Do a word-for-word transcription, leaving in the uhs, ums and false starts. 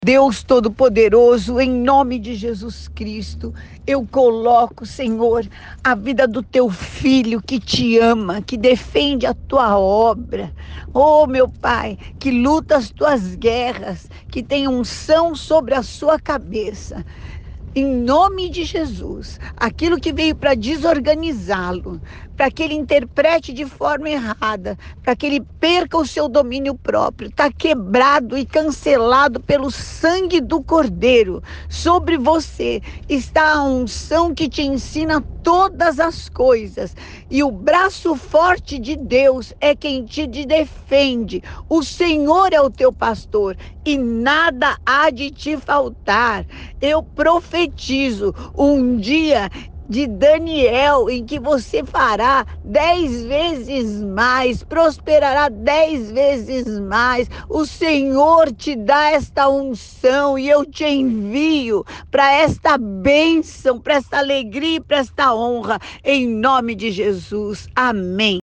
Deus Todo-Poderoso, em nome de Jesus Cristo, eu coloco, Senhor, a vida do teu filho que te ama, que defende a tua obra. Oh, meu Pai, que luta as tuas guerras, que tem unção sobre a sua cabeça. Em nome de Jesus, aquilo que veio para desorganizá-lo, para que ele interprete de forma errada, para que ele perca o seu domínio próprio, está quebrado e cancelado pelo sangue do Cordeiro. Sobre você está a unção que te ensina todas as coisas, e o braço forte de Deus é quem te defende. O Senhor é o teu pastor e nada há de te faltar. Eu profetizo um dia de Daniel, em que você fará dez vezes mais, prosperará dez vezes mais. O Senhor te dá esta unção e eu te envio para esta bênção, para esta alegria e para esta honra, em nome de Jesus. Amém.